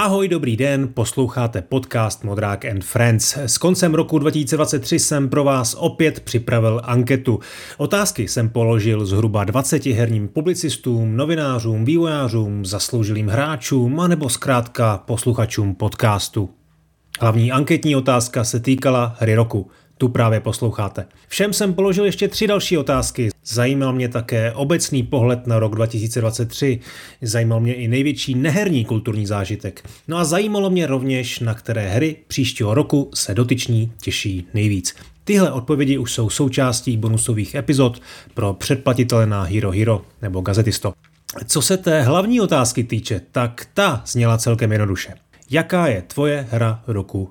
Ahoj, dobrý den, posloucháte podcast Modrák and Friends. S koncem roku 2023 jsem pro vás opět připravil anketu. Otázky jsem položil zhruba 20 herním publicistům, novinářům, vývojářům, zasloužilým hráčům a nebo zkrátka posluchačům podcastu. Hlavní anketní otázka se týkala hry roku. Tu právě posloucháte. Všem jsem položil ještě 3 další otázky. Zajímal mě také obecný pohled na rok 2023. Zajímal mě i největší neherní kulturní zážitek. No a zajímalo mě rovněž, na které hry příštího roku se dotyční těší nejvíc. Tyhle odpovědi už jsou součástí bonusových epizod pro předplatitele na Hero Hero nebo Gazetisto. Co se té hlavní otázky týče, tak ta zněla celkem jednoduše. Jaká je tvoje hra roku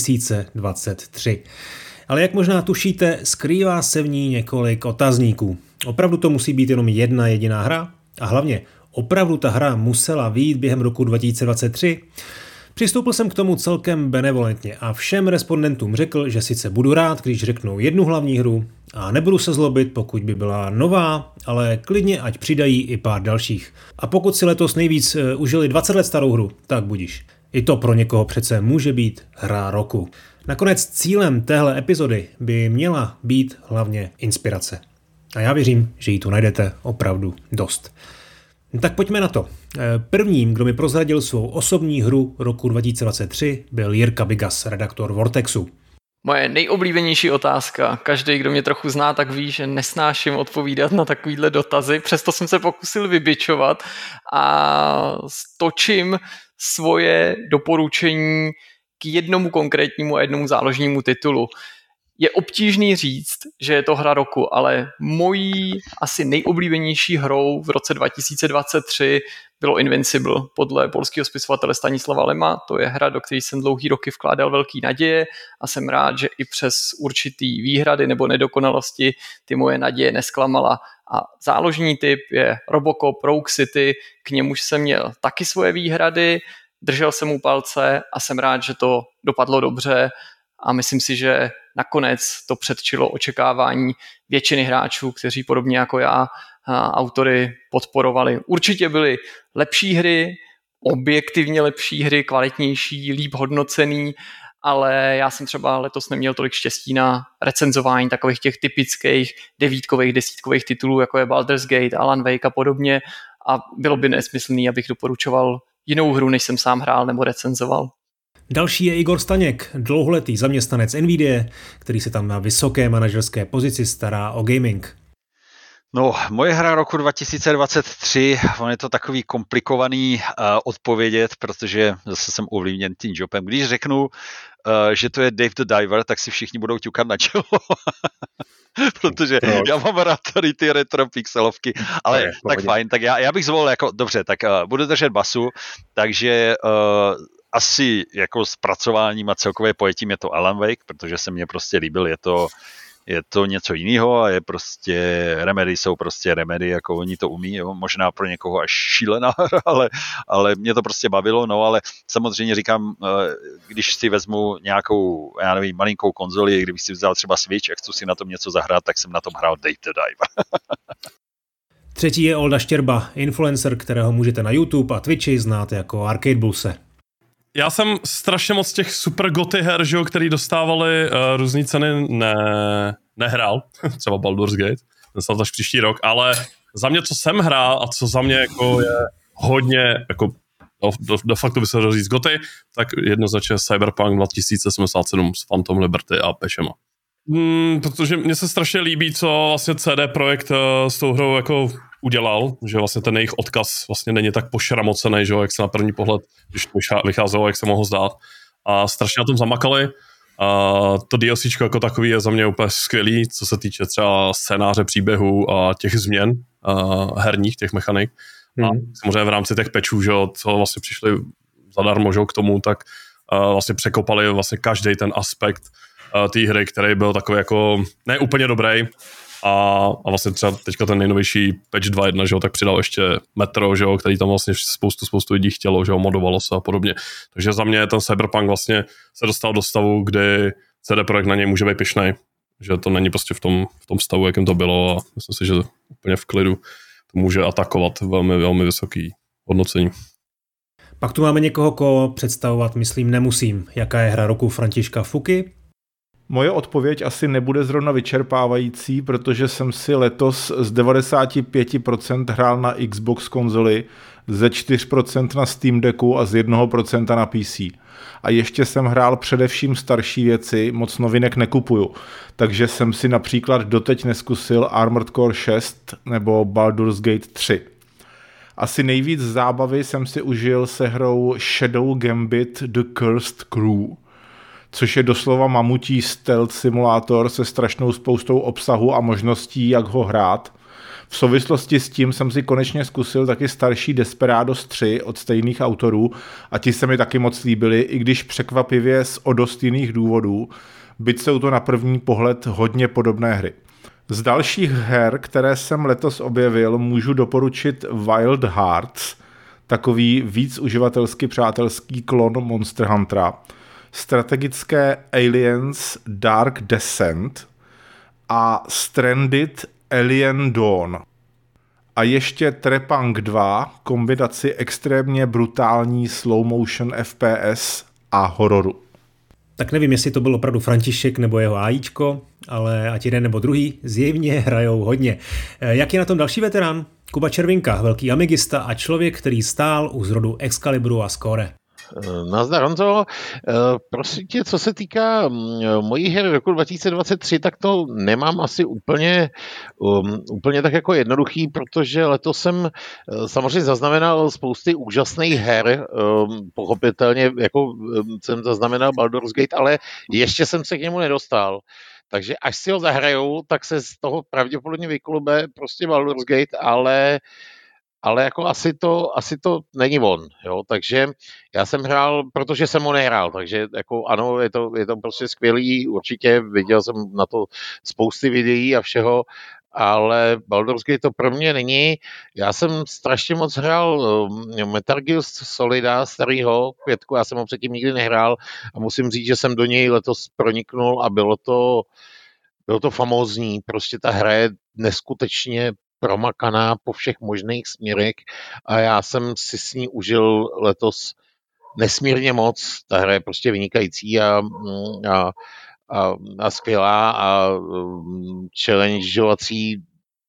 2023? Ale jak možná tušíte, skrývá se v ní několik otazníků. Opravdu to musí být jenom jedna jediná hra? A hlavně, opravdu ta hra musela vyjít během roku 2023? Přistoupil jsem k tomu celkem benevolentně a všem respondentům řekl, že sice budu rád, když řeknou jednu hlavní hru a nebudu se zlobit, pokud by byla nová, ale klidně ať přidají i pár dalších. A pokud si letos nejvíc užili 20 let starou hru, tak budiš. I to pro někoho přece může být hra roku. Nakonec cílem téhle epizody by měla být hlavně inspirace. A já věřím, že ji tu najdete opravdu dost. Tak pojďme na to. Prvním, kdo mi prozradil svou osobní hru roku 2023, byl Jirka Bigas, redaktor Vortexu. Moje nejoblíbenější otázka. Každý, kdo mě trochu zná, tak ví, že nesnáším odpovídat na takovýhle dotazy. Přesto jsem se pokusil vybičovat a stočím svoje doporučení k jednomu konkrétnímu a jednomu záložnímu titulu. Je obtížný říct, že je to hra roku, ale mojí asi nejoblíbenější hrou v roce 2023 bylo Invincible podle polského spisovatele Stanislava Lema. To je hra, do které jsem dlouhý roky vkládal velký naděje a jsem rád, že i přes určitý výhrady nebo nedokonalosti ty moje naděje nesklamala. A záložní typ je Robocop Rogue City, k němuž jsem měl taky svoje výhrady, držel jsem mu palce a jsem rád, že to dopadlo dobře a myslím si, že nakonec to předčilo očekávání většiny hráčů, kteří podobně jako já autory podporovali. Určitě byly lepší hry, objektivně lepší hry, kvalitnější, líp hodnocený, ale já jsem třeba letos neměl tolik štěstí na recenzování takových těch typických devítkových, desítkových titulů, jako je Baldur's Gate, Alan Wake a podobně a bylo by nesmyslný, abych doporučoval jinou hru, než jsem sám hrál nebo recenzoval. Další je Igor Staněk, dlouholetý zaměstnanec Nvidia, který se tam na vysoké manažerské pozici stará o gaming. No, moje hra roku 2023, on je to takový komplikovaný odpovědět, protože zase jsem ovlivněn tím jobem. Když řeknu, že to je Dave the Diver, tak si všichni budou ťukat na čelo. Protože já mám rád tady ty retro pixelovky, ale tak fajn, tak já bych zvolil jako, dobře, tak budu držet basu, takže asi jako zpracováním a celkové pojetím je to Alan Wake, protože se mně prostě líbil, je to něco jiného a je prostě, Remedy jsou prostě Remedy, jako oni to umí, jo, možná pro někoho až šílená hra, ale mě to prostě bavilo, no ale samozřejmě říkám, když si vezmu nějakou, já nevím, malinkou konzoli, kdybych si vzal třeba Switch a chci si na tom něco zahrát, tak jsem na tom hrál Dave the Diver. Třetí je Olda Štěrba, influencer, kterého můžete na YouTube a Twitchi znát jako Arcade Bullse. Já jsem strašně moc těch super goty her, že jo, který dostávali různý ceny, nehrál, třeba Baldur's Gate, ten snad až příští rok, ale za mě, co jsem hrál a co za mě jako je hodně, jako de facto by se dalo říct goty, tak jednoznačně Cyberpunk 2077 s Phantom Liberty a Pešema. Protože mně se strašně líbí, co vlastně CD Projekt s tou hrou jako udělal, že vlastně ten jejich odkaz vlastně není tak pošramocený, že jo, jak se na první pohled, když to vycházelo, jak se mohlo zdát. A strašně na tom zamakali. A to DLCčko jako takový je za mě úplně skvělý, co se týče třeba scénáře, příběhu a těch změn herních, těch mechanik. A samozřejmě v rámci těch patchů, že jo, co vlastně přišli zadarmo, že jo, k tomu, tak vlastně překopali vlastně každý ten aspekt té hry, který byl takový jako ne úplně dobrý. A vlastně třeba teďka ten nejnovější patch 2.1, že jo, tak přidal ještě Metro, že jo, který tam vlastně spoustu lidí chtělo, že jo, modovalo se a podobně. Takže za mě ten Cyberpunk vlastně se dostal do stavu, kdy CD Projekt na něj může být pyšnej, že to není prostě v tom stavu, jakým to bylo a myslím si, že úplně v klidu to může atakovat velmi, velmi vysoký hodnocení. Pak tu máme někoho, koho představovat, myslím, nemusím. Jaká je hra roku Františka Fuky? Moje odpověď asi nebude zrovna vyčerpávající, protože jsem si letos z 95% hrál na Xbox konzoli, ze 4% na Steam Decku a z 1% na PC. A ještě jsem hrál především starší věci, moc novinek nekupuju. Takže jsem si například doteď neskusil Armored Core 6 nebo Baldur's Gate 3. Asi nejvíc zábavy jsem si užil se hrou Shadow Gambit The Cursed Crew, což je doslova mamutí stealth simulátor se strašnou spoustou obsahu a možností, jak ho hrát. V souvislosti s tím jsem si konečně zkusil taky starší Desperados 3 od stejných autorů a ti se mi taky moc líbili, i když překvapivě o dost jiných důvodů, byť jsou to na první pohled hodně podobné hry. Z dalších her, které jsem letos objevil, můžu doporučit Wild Hearts, takový víc uživatelsky přátelský klon Monster Huntera, strategické Aliens Dark Descent a Stranded Alien Dawn. A ještě Trepang 2, kombinaci extrémně brutální slow motion FPS a hororu. Tak nevím, jestli to byl opravdu František nebo jeho AIčko, ale ať jeden nebo druhý zjevně hrajou hodně. Jak je na tom další veterán? Kuba Červinka, velký amigista a člověk, který stál u zrodu Excaliburu a Score. Nazdar, Honzo. Prosím tě, co se týká mojí hry roku 2023, tak to nemám asi úplně tak jako jednoduchý, protože letos jsem samozřejmě zaznamenal spousty úžasných her, pochopitelně jako jsem zaznamenal Baldur's Gate, ale ještě jsem se k němu nedostal. Takže až si ho zahrajou, tak se z toho pravděpodobně vyklube prostě Baldur's Gate, ale jako asi to není on, jo, takže já jsem hrál, protože jsem ho nehrál, takže jako ano, je to prostě skvělý, určitě viděl jsem na to spousty videí a všeho, ale Baldur's Gate to pro mě není. Já jsem strašně moc hrál Metal Gear Solida starýho, 5, já jsem ho předtím nikdy nehrál a musím říct, že jsem do něj letos proniknul a bylo to famózní, prostě ta hra je neskutečně promakaná po všech možných směrech a já jsem si s ní užil letos nesmírně moc. Ta hra je prostě vynikající a skvělá a challengeovací,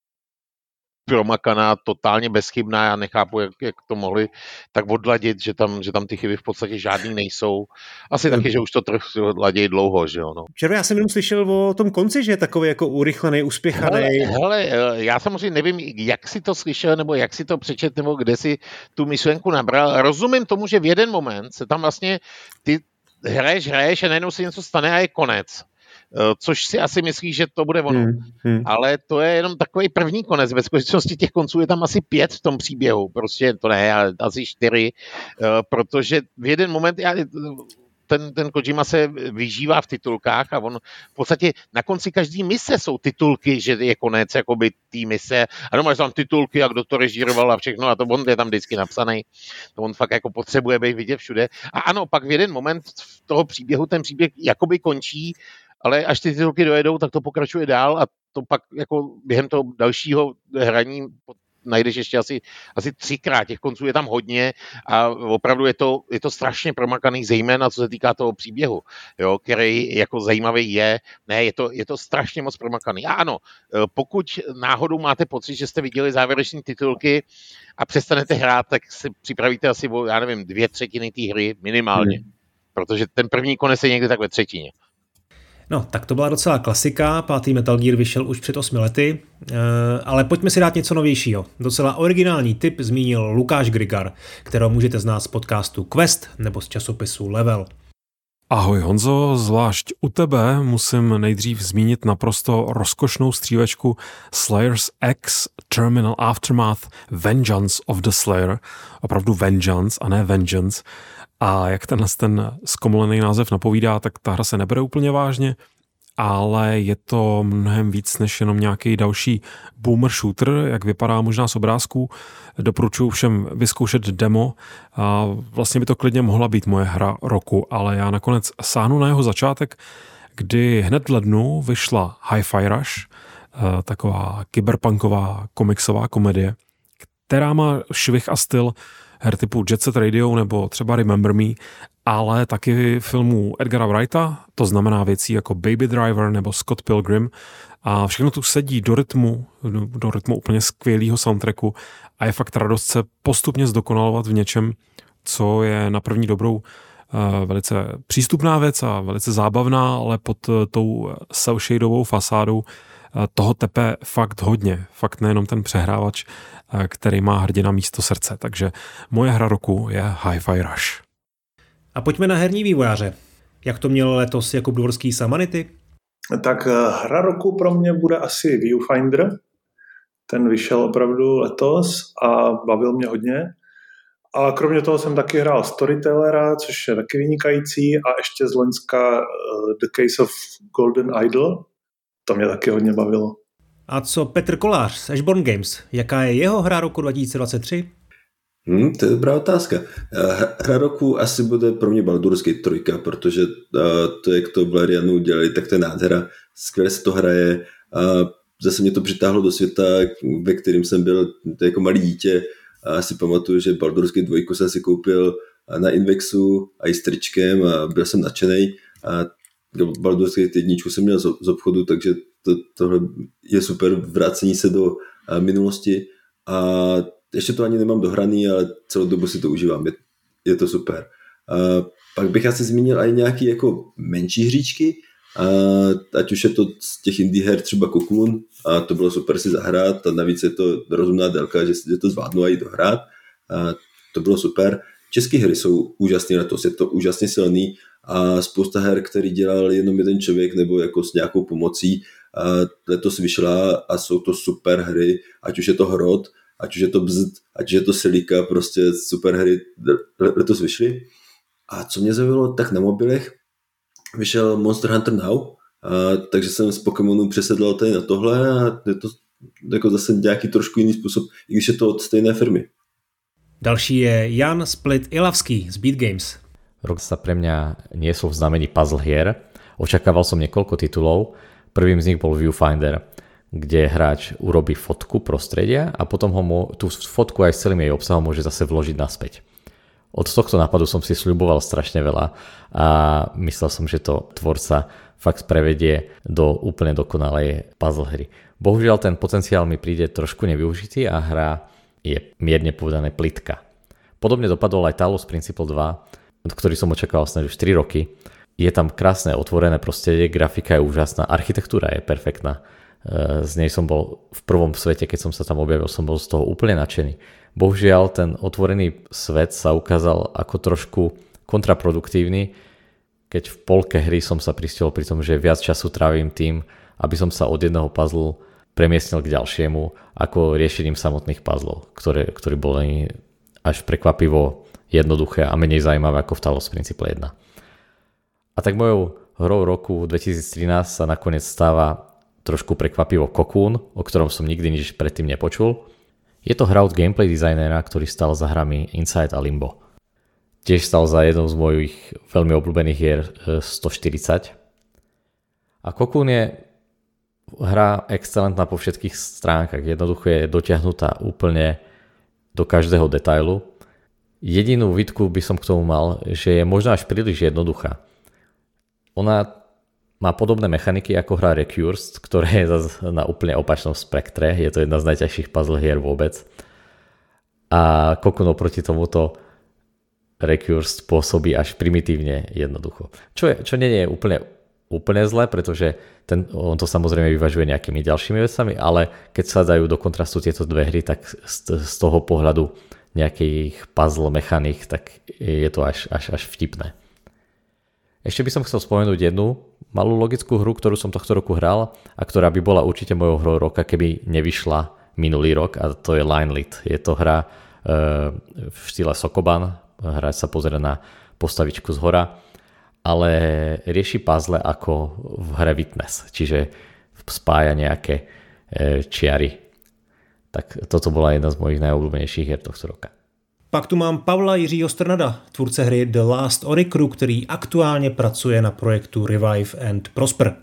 promakaná, totálně bezchybná. Já nechápu, jak to mohli tak odladit, že tam ty chyby v podstatě žádný nejsou. Asi taky, že už to ladějí dlouho, že jo. No. Červe, já jsem jenom slyšel o tom konci, že je takový jako urychlený, uspěchaný. Hele, já samozřejmě nevím, jak si to slyšel, nebo jak si to přečet, nebo kde si tu myšlenku nabral. Rozumím tomu, že v jeden moment se tam vlastně ty hraješ a najednou se něco stane a je konec. Což si asi myslíš, že to bude ono. Ale to je jenom takový první konec. Ve skutečnosti těch konců je tam asi 5 v tom příběhu. Prostě to ne, ale asi 4. Protože v jeden moment ten Kojima se vyžívá v titulkách a on v podstatě na konci každý mise jsou titulky, že je konec jakoby té mise. Ano, máš tam titulky, jak kdo to režíroval a všechno a to on je tam vždycky napsaný. To on fakt jako potřebuje být vidět všude. A ano, pak v jeden moment toho příběhu ten příběh jakoby končí, ale až ty titulky dojedou, tak to pokračuje dál a to pak jako během toho dalšího hraní najdeš ještě asi 3krát, těch konců je tam hodně a opravdu je to strašně promakaný, zejména co se týká toho příběhu, jo, který jako zajímavý je, ne, je to strašně moc promakaný. A ano, pokud náhodou máte pocit, že jste viděli závěrečné titulky a přestanete hrát, tak si připravíte asi, já nevím, 2/3 té hry minimálně, protože ten první konec je někdy tak ve třetině. No, tak to byla docela klasika, 5. Metal Gear vyšel už před 8 lety, ale pojďme si dát něco novějšího. Docela originální tip zmínil Lukáš Grigar, kterého můžete znát z podcastu Quest nebo z časopisu Level. Ahoj Honzo, zvlášť u tebe musím nejdřív zmínit naprosto rozkošnou střívečku Slayers X Terminal Aftermath Vengeance of the Slayer, opravdu Vengeance a ne Vengeance. A jak ten zkomolený název napovídá, tak ta hra se nebere úplně vážně, ale je to mnohem víc než jenom nějaký další boomer shooter, jak vypadá možná z obrázků. Doporučuji všem vyzkoušet demo a vlastně by to klidně mohla být moje hra roku, ale já nakonec sáhnu na jeho začátek, kdy hned v lednu vyšla Hi-Fi Rush, taková kyberpunková komiksová komedie, která má švih a styl her typu Jet Set Radio nebo třeba Remember Me, ale taky filmů Edgara Wrighta, to znamená věcí jako Baby Driver nebo Scott Pilgrim, a všechno tu sedí do rytmu úplně skvělého soundtracku a je fakt radost se postupně zdokonalovat v něčem, co je na první dobrou velice přístupná věc a velice zábavná, ale pod tou cel-shadovou fasádou toho tepe fakt hodně. Fakt nejenom ten přehrávač, který má hrdina místo srdce. Takže moje hra roku je Hi-Fi Rush. A pojďme na herní vývojáře. Jak to měl letos Jakub Dvorský s Amanity? Tak hra roku pro mě bude asi Viewfinder. Ten vyšel opravdu letos a bavil mě hodně. A kromě toho jsem taky hrál Storytellera, což je taky vynikající, a ještě z loňska The Case of Golden Idol. To mě taky hodně bavilo. A co Petr Kolář z Ashborn Games? Jaká je jeho hra roku 2023? To je dobrá otázka. Hra roku asi bude pro mě Baldur's Gate 3, protože to, jak to Valerianu udělali, tak to je nádhera. Skvěle se to hraje. Zase mě to přitáhlo do světa, ve kterým jsem byl jako malý dítě. A si pamatuju, že Baldur's Gate 2 jsem si koupil na Invexu a i s tričkem a byl jsem nadšenej. A Baldur's Gate 1 jsem měl z obchodu, takže tohle je super vrácení se do minulosti. A ještě to ani nemám dohraný, ale celou dobu si to užívám. Je to super. Pak bych asi zmínil i nějaký jako menší hříčky, ať už je to z těch indie her třeba Cocoon, a to bylo super si zahrát, a navíc je to rozumná délka, že to zvládnu i dohrát. To bylo super. České hry jsou úžasné letos, je to úžasně silný a spousta her, který dělal jenom jeden člověk nebo jako s nějakou pomocí, letos vyšla a jsou to super hry, ať už je to Hrot, ať už je to Bzd, ať už je to Silika, prostě super hry letos vyšly. A co mě zaujalo, tak na mobilech vyšel Monster Hunter Now, takže jsem z Pokémonů přesedlal tady na tohle a je to jako zase nějaký trošku jiný způsob, i když je to od stejné firmy. Další je Jan Split Ilavský z Beat Games. Rok sa pre mňa niesol v znamení puzzle hier. Očakával som niekoľko titulov. Prvým z nich bol Viewfinder, kde hráč urobí fotku prostredia a potom tú fotku aj s celým jej obsahom môže zase vložiť naspäť. Od tohto nápadu som si sľuboval strašne veľa a myslel som, že to tvorca fakt prevedie do úplne dokonalej puzzle hry. Bohužiaľ ten potenciál mi príde trošku nevyužitý a hra je mierne povedané plytka. Podobne dopadol aj Talos Principle 2, ktorý som očakával snáď už 4 roky. Je tam krásne otvorené prostredie, grafika je úžasná, architektúra je perfektná. Z nej som bol v prvom svete, keď som sa tam objavil, som bol z toho úplne nadšený. Bohužiaľ ten otvorený svet sa ukázal ako trošku kontraproduktívny, keď v polke hry som sa pristihol pri tom, že viac času trávim tým, aby som sa od jedného puzzlu premiestnil k ďalšiemu, ako riešením samotných puzzlov, ktoré boli až prekvapivo jednoduché a menej zaujímavé ako v Talos Principle 1. A tak mojou hrou roku 2013 sa nakoniec stáva trošku prekvapivo Cocoon, o ktorom som nikdy nič predtým nepočul. Je to hra od gameplay designera, ktorý stal za hrami Inside a Limbo. Tiež stal za jednou z mojich veľmi obľúbených hier 140. A Cocoon je hra excelentná po všetkých stránkach. Jednoducho je dotiahnutá úplne do každého detailu. Jedinú výtku by som k tomu mal, že je možno až príliš jednoduchá. Ona má podobné mechaniky ako hra Recursed, ktorá je na úplne opačnom spektre. Je to jedna z najťažších puzzle hier vôbec. A Cocoon oproti tomuto Recursed pôsobí až primitívne jednoducho. Čo nie je úplne zlé, pretože on to samozrejme vyvažuje nejakými ďalšími vecami, ale keď sa dajú do kontrastu tieto dve hry, tak z toho pohľadu nejakých puzzle mechanik, tak je to až vtipné. Ešte by som chcel spomenúť jednu malú logickú hru, ktorú som tohto roku hral a ktorá by bola určite mojou hrou roka, keby nevyšla minulý rok, a to je Line Lit. Je to hra v štýle Sokoban, hráč sa pozrie na postavičku z hora, ale rieši puzzle ako v hre Witness, čiže spája nejaké čiary. Tak toto bola jedna z mojich najobľúbenejších her tohto roka. Pak tu mám Pavla Jiřího Strnada, tvůrce hry The Last Oricru, který aktuálně pracuje na projektu Revive and Prosper.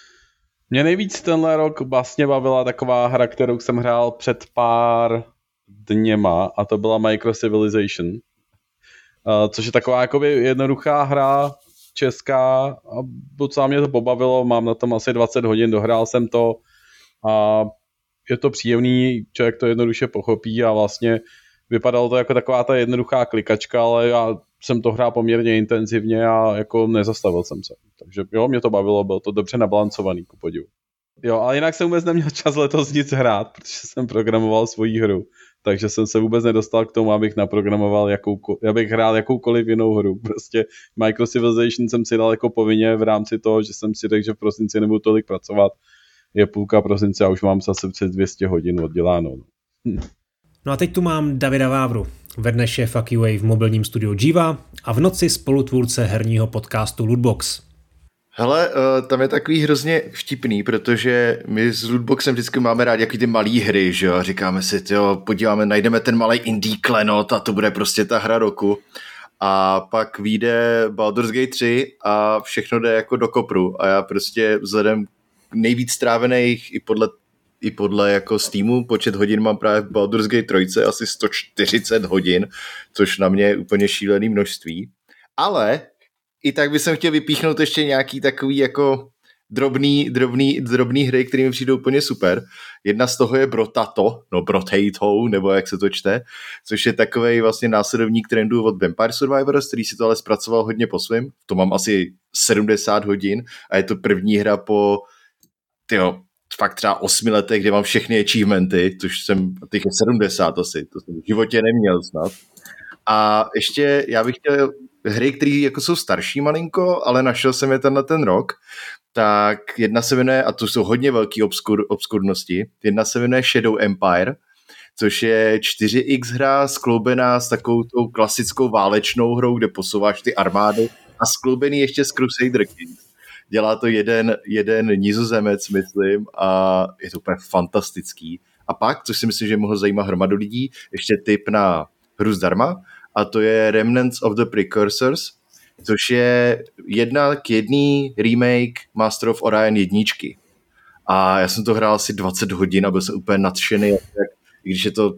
Mě nejvíc tenhle rok vlastně bavila taková hra, kterou jsem hrál před pár dněma a to byla Micro Civilization, což je taková jakoby jednoduchá hra česká a docela mě to pobavilo, mám na tom asi 20 hodin, dohrál jsem to a je to příjemný, člověk to jednoduše pochopí a vlastně vypadalo to jako taková ta jednoduchá klikačka, ale já jsem to hrál poměrně intenzivně a jako nezastavil jsem se. Takže jo, mě to bavilo, bylo to dobře nabalancovaný, ku podivu. Jo, ale jinak jsem vůbec neměl čas letos nic hrát, protože jsem programoval svoji hru. Takže jsem se vůbec nedostal k tomu, abych naprogramoval abych hrál jakoukoliv jinou hru. Prostě Micro Civilization jsem si dal jako povinně v rámci toho, že jsem si řekl, že v prosinci nebudu tolik pracovat. Je půlka prosince a už mám zase přes 200 hodin odděláno. No a teď tu mám Davida Vávru, vedne šéfa QA v mobilním studiu Jiva a v noci spolutvůrce herního podcastu Lootbox. Hele, tam je takový hrozně vtipný, protože my s Lootboxem vždycky máme rádi jaký ty malý hry, že jo, říkáme si, podíváme, najdeme ten malý indie klenot a to bude prostě ta hra roku. A pak vyjde Baldur's Gate 3 a všechno jde jako do kopru a já prostě vzhledem nejvíc strávených i podle jako Steamu, počet hodin mám právě v Baldur's Gate 3, asi 140 hodin, což na mě je úplně šílený množství. Ale i tak bych chtěl vypíchnout ještě nějaký takový jako drobný hry, které mi přijdou úplně super. Jedna z toho je Brotato, nebo jak se to čte, což je takovej vlastně následovník trendu od Vampire Survivors, který si to ale zpracoval hodně po svým. To mám asi 70 hodin a je to první hra po fakt třeba 8 letech, kde mám všechny achievementy, což jsem, těch je 70 asi, to jsem v životě neměl snad. A ještě já bych chtěl hry, které jako jsou starší malinko, ale našel jsem je ten rok, tak jedna se jmenuje, a to jsou hodně velký obskurnosti, jedna se jmenuje Shadow Empire, což je 4X hra skloubená s takovou tou klasickou válečnou hrou, kde posouváš ty armády a skloubený ještě s Crusader Kings. Dělá to jeden Nizozemec, myslím, a je to úplně fantastický. A pak, což si myslím, že mohl zajímat hromadu lidí, ještě tip na hru zdarma, a to je Remnants of the Precursors, což je 1:1 remake Master of Orion 1. A já jsem to hrál asi 20 hodin a byl jsem úplně nadšený, i když je to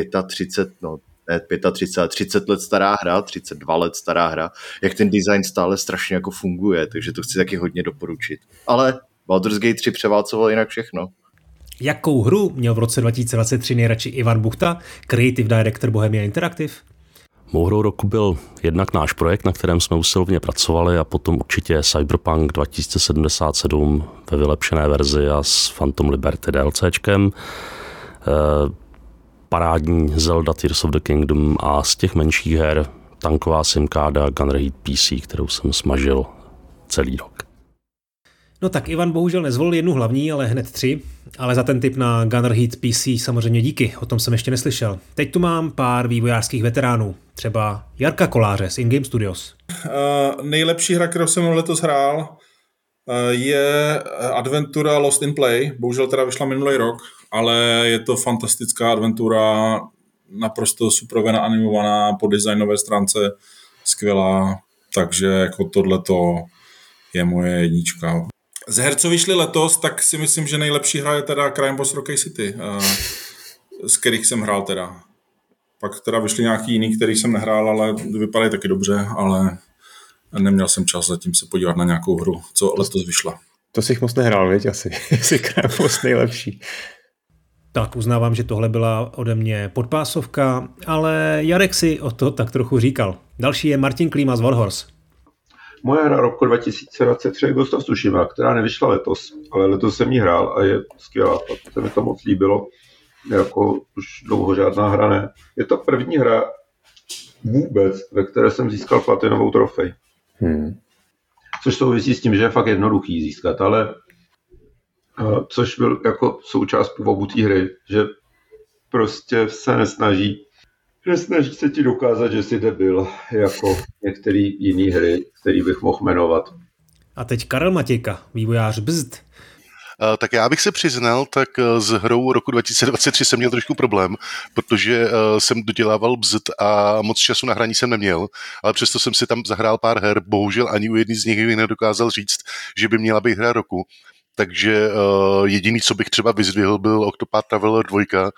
30 let stará hra, 32 let stará hra, jak ten design stále strašně jako funguje, takže to chci taky hodně doporučit. Ale Baldur's Gate 3 převálcoval jinak všechno. Jakou hru měl v roce 2023 nejradši Ivan Buchta, Creative Director Bohemia Interactive? Mou hrou roku byl jednak náš projekt, na kterém jsme usilovně pracovali, a potom určitě Cyberpunk 2077 ve vylepšené verzi a s Phantom Liberty DLCčkem, parádní Zelda Tears of the Kingdom a z těch menších her tanková simkáda Gunner Heat PC, kterou jsem smažil celý rok. No tak Ivan bohužel nezvolil jednu hlavní, ale hned 3, ale za ten tip na Gunner Heat PC samozřejmě díky, o tom jsem ještě neslyšel. Teď tu mám pár vývojářských veteránů, třeba Jarka Koláře z InGame Studios. Nejlepší hra, kterou jsem letos hrál, je adventura Lost in Play, bohužel teda vyšla minulý rok, ale je to fantastická adventura, naprosto super animovaná, po designové stránce skvělá, takže jako tohleto je moje jednička. Z her, co vyšly letos, tak si myslím, že nejlepší hra je teda Crime Boss Rocky City, z kterých jsem hrál teda. Pak teda vyšly nějaký jiný, který jsem nehrál, ale vypadají taky dobře, ale neměl jsem čas zatím se podívat na nějakou hru, co letos vyšla. To si jich moc nehrál, viď? Asi Crime Boss nejlepší. Tak uznávám, že tohle byla ode mě podpásovka, ale Jarek si o to tak trochu říkal. Další je Martin Klíma z Warhorse. Moje hra roku 2023 je Ghost of Tsushima, která nevyšla letos, ale letos jsem ji hrál a je skvělá. Se mi to moc líbilo, jako už dlouho žádná hra ne. Je to první hra vůbec, ve které jsem získal platinovou trofej. Což souvisí s tím, že je fakt jednoduchý získat, ale což byl jako součást původu té hry, že prostě se nesnaží se ti dokázat, že jsi debil, jako některé jiné hry, které bych mohl jmenovat. A teď Karel Matějka, vývojář Bzd. Tak já bych se přiznal, tak s hrou roku 2023 jsem měl trošku problém, protože jsem dodělával Bzd a moc času na hraní jsem neměl, ale přesto jsem si tam zahrál pár her, bohužel ani u jedné z nich nedokázal říct, že by měla být hra roku. takže jediný, co bych třeba vyzdvihl, byl Octopath Traveler 2,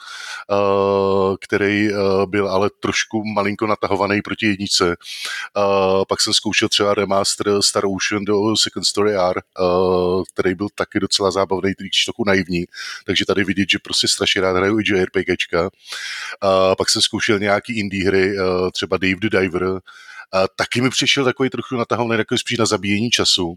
který byl ale trošku malinko natahovaný proti jedničce. Pak jsem zkoušel třeba remaster Star Ocean do Second Story R, který byl taky docela zábavný, když trochu naivní, takže tady vidět, že prostě strašně rád hraju i JRPGčka. Pak jsem zkoušel nějaký indie hry, třeba Dave the Diver. Taky mi přišel takový trochu natahovaný, takový spíš na zabíjení času.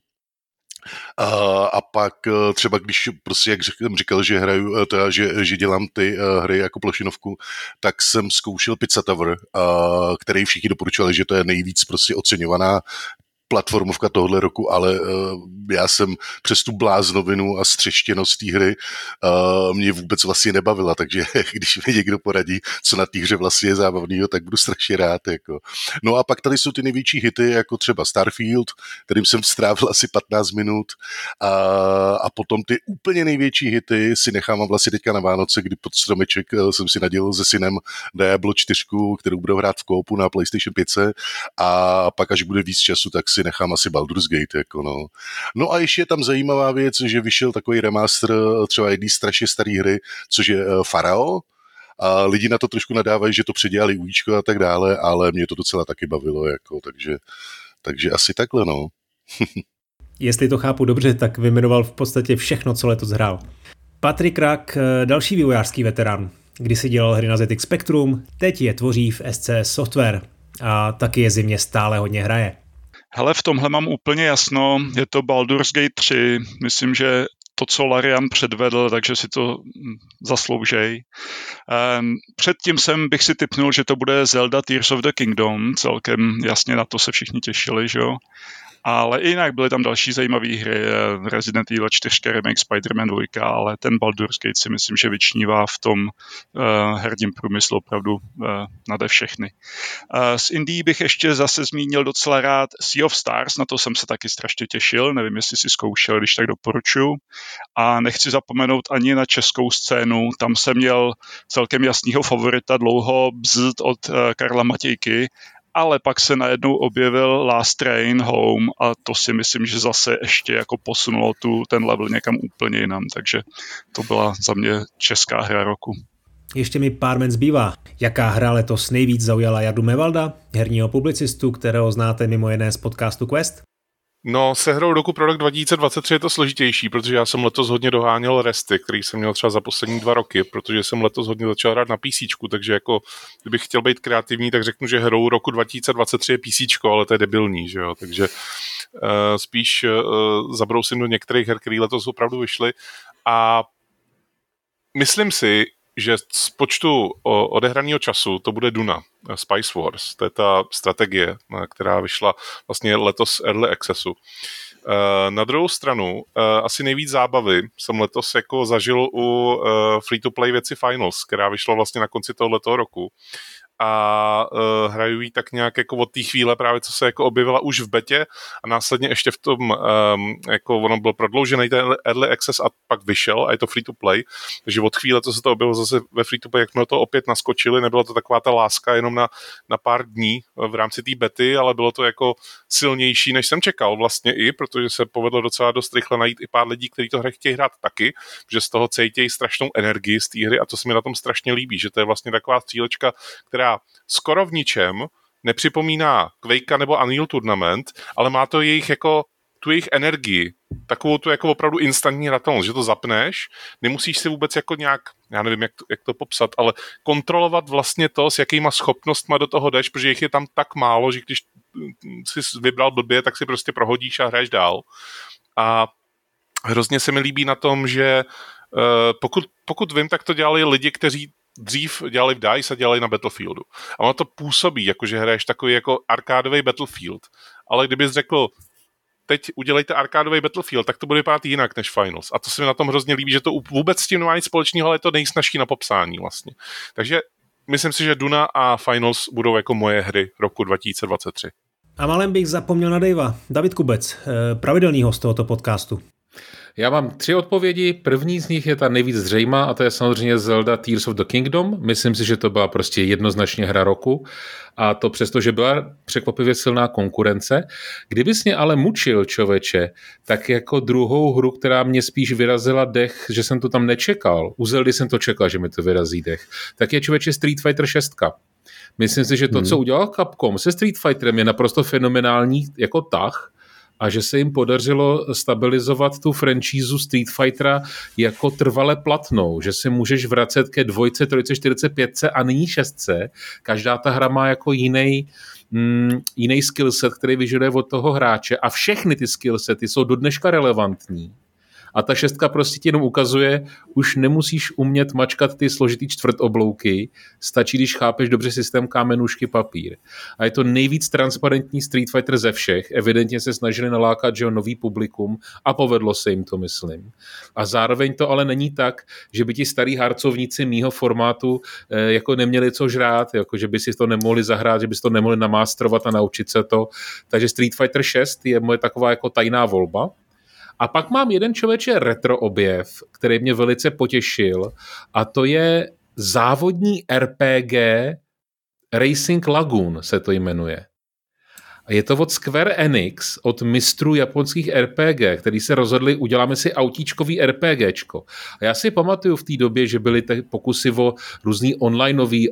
A pak třeba když prostě, jak jsem říkal, že hraju, teda, že dělám ty hry jako plošinovku, tak jsem zkoušel Pizza Tower, který všichni doporučovali, že to je nejvíc prostě oceňovaná platformovka tohohle roku, ale já jsem přes tu bláznovinu a střeštěnost té hry mě vůbec vlastně nebavila, takže když mi někdo poradí, co na té hře vlastně je zábavného, tak budu strašně rád. Jako. No a pak tady jsou ty největší hity, jako třeba Starfield, kterým jsem strávil asi 15 minut a potom ty úplně největší hity si nechám vlastně teďka na Vánoce, kdy pod stromeček jsem si nadělil se synem Diablo 4, kterou budu hrát v koopu na PlayStation 5 a pak až bude víc času, tak si nechám asi Baldur's Gate. Jako no. No a ještě je tam zajímavá věc, že vyšel takový remaster třeba jedný strašně starý hry, což je Farao. A lidi na to trošku nadávají, že to předělali ujíčko a tak dále, ale mě to docela taky bavilo. Jako, takže asi takhle, no. Jestli to chápu dobře, tak vyjmenoval v podstatě všechno, co letos hrál. Patrik Rak, další vývojářský veterán. Když si dělal hry na ZX Spectrum, teď je tvoří v SCS Software a taky je zimně stále hodně hraje. Hele, v tomhle mám úplně jasno, je to Baldur's Gate 3, myslím, že to, co Larian předvedl, takže si to zasloužej. Předtím bych si tipnul, že to bude Zelda Tears of the Kingdom, celkem jasně na to se všichni těšili, že jo. Ale i jinak byly tam další zajímavé hry, Resident Evil 4, remake Spider-Man 2, ale ten Baldur's Gate si myslím, že vyčnívá v tom herním průmyslu opravdu nade všechny. Z Indie bych ještě zase zmínil docela rád Sea of Stars, na to jsem se taky strašně těšil, nevím, jestli si zkoušel, když tak doporučuji. A nechci zapomenout ani na českou scénu, tam jsem měl celkem jasného favorita dlouho Bzd od Karla Matějky, ale pak se najednou objevil Last Train Home a to si myslím, že zase ještě jako posunulo ten level někam úplně jinam, takže to byla za mě česká hra roku. Ještě mi pár men zbývá. Jaká hra letos nejvíc zaujala Jardu Mevalda, herního publicistu, kterého znáte mimo jiné z podcastu Quest? No, se hrou roku pro rok 2023 je to složitější, protože já jsem letos hodně doháněl resty, který jsem měl třeba za poslední 2 roky, protože jsem letos hodně začal hrát na PCčku, takže jako, kdybych chtěl být kreativní, tak řeknu, že hrou roku 2023 je PCčko, ale to je debilní, že jo, takže spíš zabrousím do některých her, které letos opravdu vyšly a myslím si, že z počtu odehraného času to bude Duna, Spice Wars. To je ta strategie, která vyšla vlastně letos Early Accessu. Na druhou stranu, asi nejvíc zábavy jsem letos jako zažil u free-to-play věci Finals, která vyšla vlastně na konci tohoto roku. A hraju jí tak nějak jako od té chvíle právě, co se jako objevila už v betě a následně ještě v tom, jako ono byl prodloužený ten Early Access a pak vyšel a je to free to play, takže od chvíle, co se to objevilo zase ve free to play, jak jsme to opět naskočili, nebyla to taková ta láska jenom na pár dní v rámci té bety, ale bylo to jako silnější, než jsem čekal vlastně i, protože se povedlo docela dost rychle najít i pár lidí, kteří to hry chtějí hrát taky, že z toho cítějí strašnou energii z té hry a to se mi na tom strašně líbí, že to je vlastně taková střílečka, která skoro v ničem nepřipomíná Quakea nebo Unreal Tournament, ale má to tu jejich energii, takovou tu jako opravdu instantní hratelnost, že to zapneš, nemusíš si vůbec jako nějak, já nevím, jak to popsat, ale kontrolovat vlastně to, s jakýma schopnostma do toho jdeš, protože jich je tam tak málo, že když jsi vybral blbě, tak si prostě prohodíš a hraješ dál. A hrozně se mi líbí na tom, že pokud vím, tak to dělali lidi, kteří dřív dělali v DICE a dělali na Battlefieldu. A ono to působí, jako že hraješ takový jako arkádový Battlefield. Ale kdybys řekl, teď udělejte arkádový Battlefield, tak to bude vypadat jinak než Finals. A to se mi na tom hrozně líbí, že to vůbec s tím nemá nic společného, ale je to nejsnažší na popsání vlastně. Takže myslím si, že Duna a Finals budou jako moje hry roku 2023. A málem bych zapomněl na Davea. David Kubec, pravidelný host tohoto podcastu. Já mám 3 odpovědi. První z nich je ta nejvíc zřejmá a to je samozřejmě Zelda Tears of the Kingdom. Myslím si, že to byla prostě jednoznačně hra roku a to přesto, že byla překvapivě silná konkurence. Kdybys mě ale mučil, člověče, tak jako druhou hru, která mě spíš vyrazila dech, že jsem to tam nečekal, u Zeldy jsem to čekal, že mi to vyrazí dech, tak je, člověče, Street Fighter 6. Myslím si, že to, co udělal Capcom se Street Fighterem, je naprosto fenomenální jako tah a že se jim podařilo stabilizovat tu franšízu Street Fightera jako trvale platnou, že se můžeš vracet ke 2, 3, 4, 5 a nyní 6. Každá ta hra má jako jiný skillset, který vyžaduje od toho hráče a všechny ty skillsety jsou do dneška relevantní. A ta 6 prostě ti jenom ukazuje, už nemusíš umět mačkat ty složitý čtvrtoblouky, stačí, když chápeš dobře systém kámenůžky papír. A je to nejvíc transparentní Street Fighter ze všech. Evidentně se snažili nalákat, že nový publikum a povedlo se jim to, myslím. A zároveň to ale není tak, že by ti starý harcovníci mýho formátu jako neměli co žrát, jako že by si to nemohli zahrát, že by si to nemohli namástrovat a naučit se to. Takže Street Fighter 6 je moje taková jako tajná volba. A pak mám jeden, člověče, retro objev, který mě velice potěšil a to je závodní RPG Racing Lagoon se to jmenuje. A je to od Square Enix, od mistrů japonských RPG, který se rozhodli, uděláme si autíčkový RPGčko. A já si pamatuju v té době, že byly pokusy o různý onlineový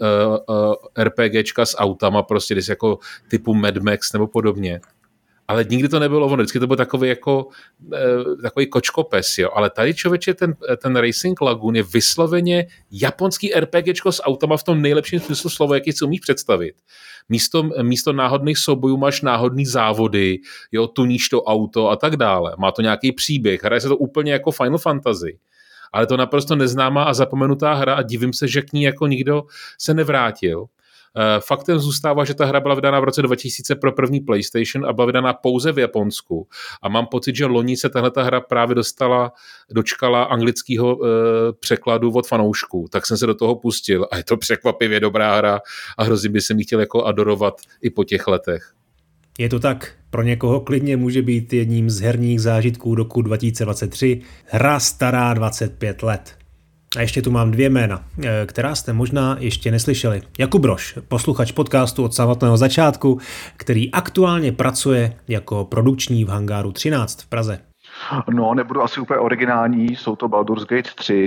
RPGčka s autama, prostě jako typu Mad Max nebo podobně. Ale nikdy to nebylo ono, vždycky to byl takový jako takový kočkopes, jo. Ale tady, člověče, ten Racing Lagoon je vysloveně japonský RPGčko s automa v tom nejlepším smyslu slova, jaký si umíš představit. Místo náhodných soubojů máš náhodný závody, jo, tuníš to auto a tak dále. Má to nějaký příběh, hraje se to úplně jako Final Fantasy. Ale to naprosto neznámá a zapomenutá hra a divím se, že k ní jako nikdo se nevrátil. Faktem zůstává, že ta hra byla vydána v roce 2000 pro první PlayStation a byla vydána pouze v Japonsku. A mám pocit, že loni se tahleta hra právě dočkala anglického překladu od fanoušků. Tak jsem se do toho pustil a je to překvapivě dobrá hra a hrozně by se mi chtěl jako adorovat i po těch letech. Je to tak, pro někoho klidně může být jedním z herních zážitků roku 2023 hra stará 25 let. A ještě tu mám 2 jména, která jste možná ještě neslyšeli. Jakub Brož, posluchač podcastu od samotného začátku, který aktuálně pracuje jako produkční v Hangáru 13 v Praze. No, nebudu asi úplně originální, jsou to Baldur's Gate 3,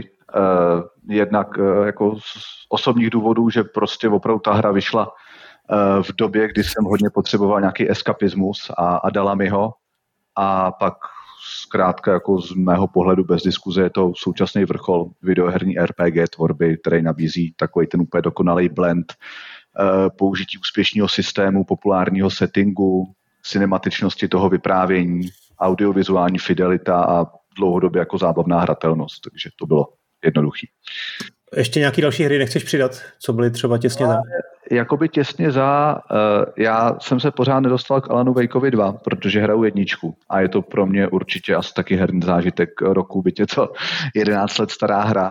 jednak jako z osobních důvodů, že prostě opravdu ta hra vyšla v době, kdy jsem hodně potřeboval nějaký eskapismus a dala mi ho. A pak zkrátka jako z mého pohledu bez diskuze je to současný vrchol videoherní RPG tvorby, který nabízí takový ten úplně dokonalý blend použití úspěšného systému, populárního settingu, cinematičnosti toho vyprávění, audiovizuální fidelita a dlouhodobě jako zábavná hratelnost. Takže to bylo jednoduchý. Ještě nějaký další hry nechceš přidat, co byly třeba těsně za? Jakoby těsně za, já jsem se pořád nedostal k Alanu Wakeovi 2, protože hraju 1 a je to pro mě určitě asi taky herní zážitek roku, byť je to 11 let stará hra,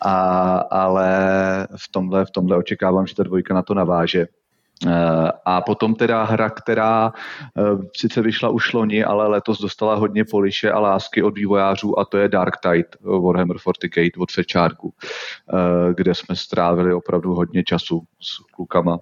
ale v tomhle očekávám, že ta 2 na to naváže. A potom teda hra, která sice vyšla už loni, ale letos dostala hodně poliše a lásky od vývojářů a to je Darktide Warhammer 40K od Fetcharku, kde jsme strávili opravdu hodně času s klukama.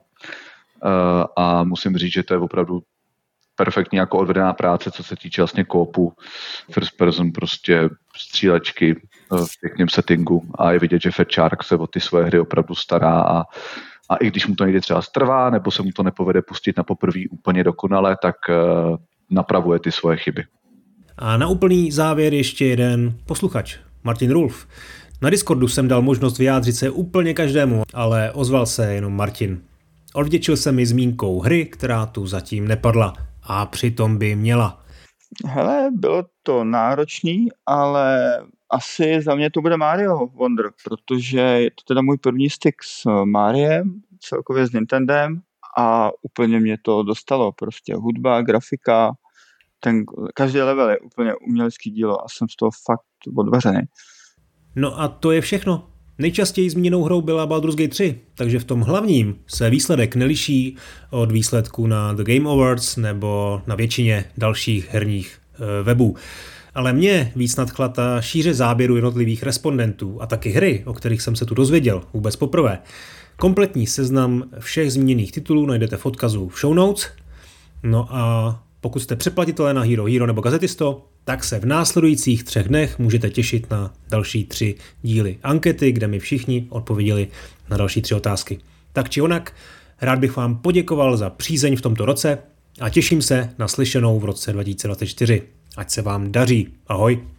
A musím říct, že to je opravdu perfektní jako odvedená práce, co se týče vlastně koopu, first person, prostě střílečky v pěkném settingu a je vidět, že Fetchark se o ty svoje hry opravdu stará a i když mu to někdy třeba strvá, nebo se mu to nepovede pustit na poprví úplně dokonale, tak napravuje ty svoje chyby. A na úplný závěr ještě jeden posluchač, Martin Rulf. Na Discordu jsem dal možnost vyjádřit se úplně každému, ale ozval se jenom Martin. Odvděčil se mi zmínkou hry, která tu zatím nepadla a přitom by měla. Hele, bylo to náročný, ale asi za mě to bude Mario Wonder, protože je to teda můj první styk s Mariem, celkově s Nintendem a úplně mě to dostalo. Prostě hudba, grafika, každý level je úplně umělecký dílo a jsem z toho fakt odvařený. No a to je všechno. Nejčastěji zmíněnou hrou byla Baldur's Gate 3, takže v tom hlavním se výsledek neliší od výsledků na The Game Awards nebo na většině dalších herních webů. Ale mě víc nadchla ta šíře záběru jednotlivých respondentů a taky hry, o kterých jsem se tu dozvěděl vůbec poprvé. Kompletní seznam všech zmíněných titulů najdete v odkazu v show notes. No a pokud jste předplatitelé na Hero Hero nebo Gazetisto, tak se v následujících 3 dnech můžete těšit na další 3 díly ankety, kde mi všichni odpověděli na další 3 otázky. Tak či onak, rád bych vám poděkoval za přízeň v tomto roce a těším se na slyšenou v roce 2024. Ať se vám daří. Ahoj.